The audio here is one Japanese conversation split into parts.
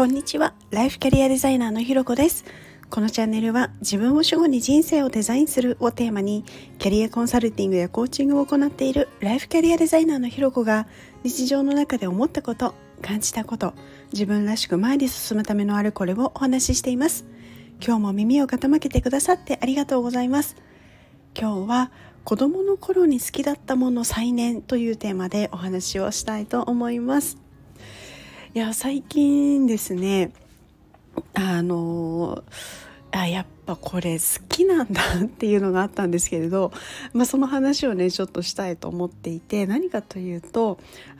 こんにちは。ライフキャリアデザイナーのひろこです。このチャンネルは自分を主語に人生をデザインするをテーマに、キャリアコンサルティングやコーチングを行っているライフキャリアデザイナーのひろこが、日常の中で思ったこと、感じたこと、自分らしく前に進むためのあれこれをお話ししています。今日も耳を傾けてくださってありがとうございます。今日は子供の頃に好きだったもの再燃というテーマでお話をしたいと思います。最近ですね、やっぱこれ好きなんだっていうのがあったんですけれど、その話をねちょっとしたいと思っていて、何かというと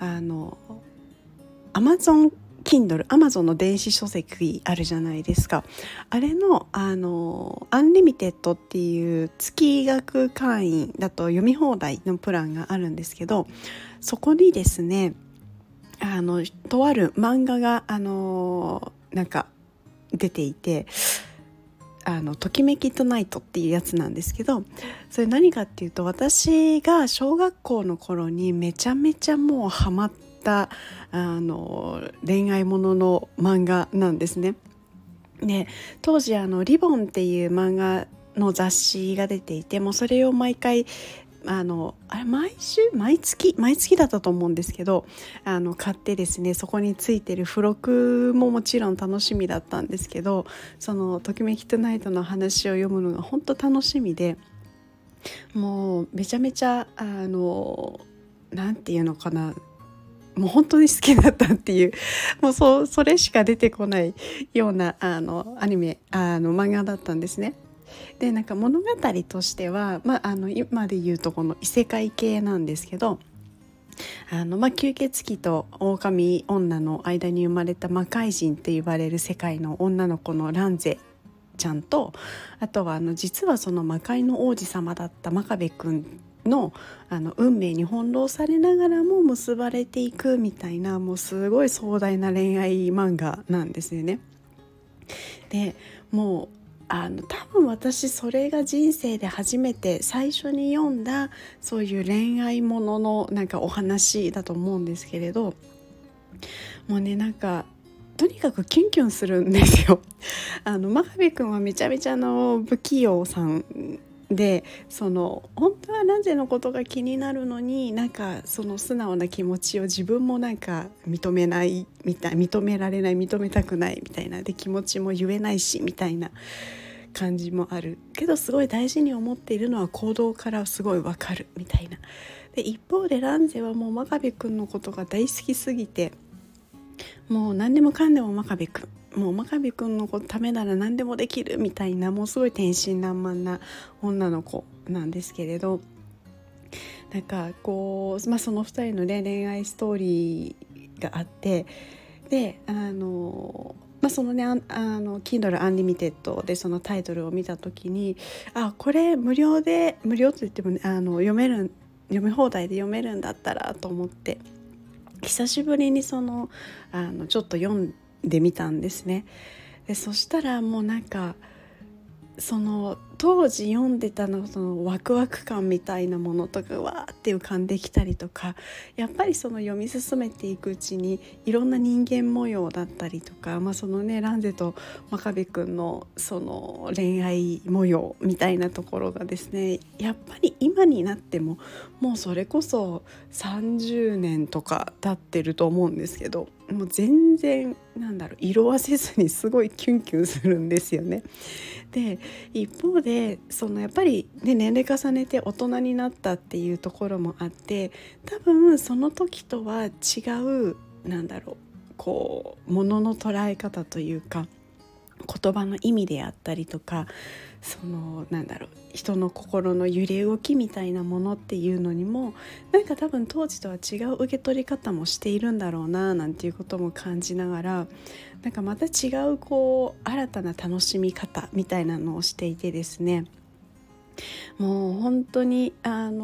Amazon Kindle、Amazon の電子書籍あるじゃないですか。あれのアンリミテッドっていう月額会員だと読み放題のプランがあるんですけど、そこにですねとある漫画が出ていて、ときめきトゥナイトっていうやつなんですけど、それ何かっていうと、私が小学校の頃にめちゃめちゃもうハマった恋愛ものの漫画なんですね。で、当時リボンっていう漫画の雑誌が出ていて、もうそれを毎回毎月だったと思うんですけど、買ってですね、そこについてる付録ももちろん楽しみだったんですけど、そのときめきトゥナイトの話を読むのが本当楽しみで、もうめちゃめちゃなんていうのかな、もう本当に好きだったっていう、もうそれしか出てこないようなアニメ漫画だったんですね。で、物語としては、今で言うとこの異世界系なんですけど、吸血鬼と狼女の間に生まれた魔界人って呼ばれる世界の女の子のランゼちゃんと、あとは実はその魔界の王子様だった真壁くんの運命に翻弄されながらも結ばれていくみたいな、もうすごい壮大な恋愛漫画なんですよね。で、もう多分私それが人生で初めて最初に読んだそういう恋愛もののお話だと思うんですけれど、もうねとにかくキュンキュンするんですよ。真壁くんはめちゃめちゃ不器用さんで、本当はランゼのことが気になるのに、その素直な気持ちを自分も認めないみたい、認められない、認めたくないみたいなで、気持ちも言えないしみたいな感じもあるけど、すごい大事に思っているのは行動からすごいわかるみたいな。で、一方でランゼはもう真壁くんのことが大好きすぎて、もう何でもかんでも真壁くん、もう真壁くんのためなら何でもできるみたいな、もうすごい天真爛漫な女の子なんですけれど、その2人の、恋愛ストーリーがあって、でそのねKindle Unlimited でそのタイトルを見た時に、これ無料と言ってもね、読み放題で読めるんだったらと思って、久しぶりにちょっと読んでみたんですね。で、そしたらもうその当時読んでたそのワクワク感みたいなものとかわーって浮かんできたりとか、やっぱりその読み進めていくうちにいろんな人間模様だったりとか、そのねランゼと真壁くんのその恋愛模様みたいなところがですね、やっぱり今になってももうそれこそ30年とか経ってると思うんですけど、もう全然色あせずにすごいキュンキュンするんですよね。で、一方でやっぱり、ね、年齢重ねて大人になったっていうところもあって、多分その時とは違うものの捉え方というか、言葉の意味であったりとか、人の心の揺れ動きみたいなものっていうのにも多分当時とは違う受け取り方もしているんだろうななんていうことも感じながら、また違う新たな楽しみ方みたいなのをしていてですね、もう本当に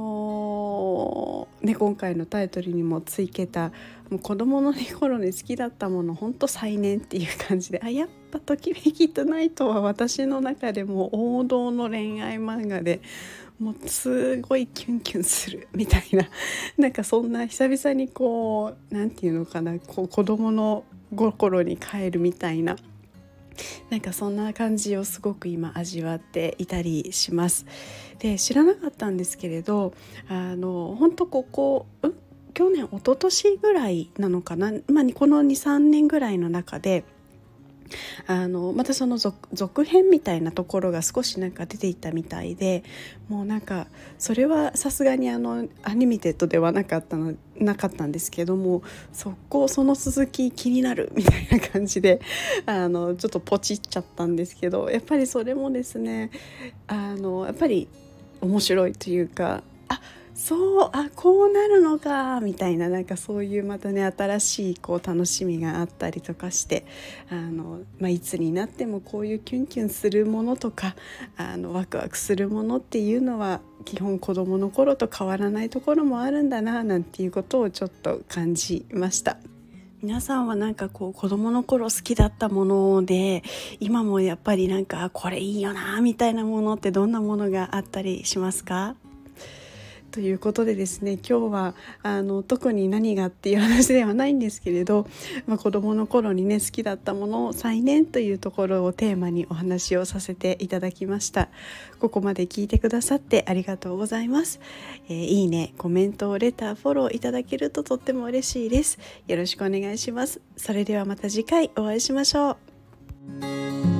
今回のタイトルにもついけた、もう子供の頃に好きだったもの本当再燃っていう感じで、やっぱときめきトゥナイトは私の中でも王道の恋愛漫画で、もうすごいキュンキュンするみたいな、そんな久々になんていうのかな、子供の心に帰るみたいな、なんかそんな感じをすごく今味わっていたりします。で、知らなかったんですけれど、本当去年一昨年ぐらいなのかな、この 2,3 年ぐらいの中でまたその続編みたいなところが少しなんか出ていったみたいで、もうなんかそれはさすがにアニメテッドではなかったんですけども、その続き気になるみたいな感じでちょっとポチっちゃったんですけど、やっぱりそれもですね、やっぱり面白いというか、こうなるのかみたいな、なんかそういうまたね新しい楽しみがあったりとかして、いつになってもこういうキュンキュンするものとかワクワクするものっていうのは基本子どもの頃と変わらないところもあるんだな、なんていうことをちょっと感じました。皆さんはなんか子供の頃好きだったもので、今もやっぱりなんかこれいいよなみたいなものってどんなものがあったりしますか？ということでですね、今日は特に何がっていう話ではないんですけれど、子どもの頃にね好きだったものを再燃というところをテーマにお話をさせていただきました。ここまで聞いてくださってありがとうございます。いいね、コメント、レター、フォローいただけるととっても嬉しいです。よろしくお願いします。それではまた次回お会いしましょう。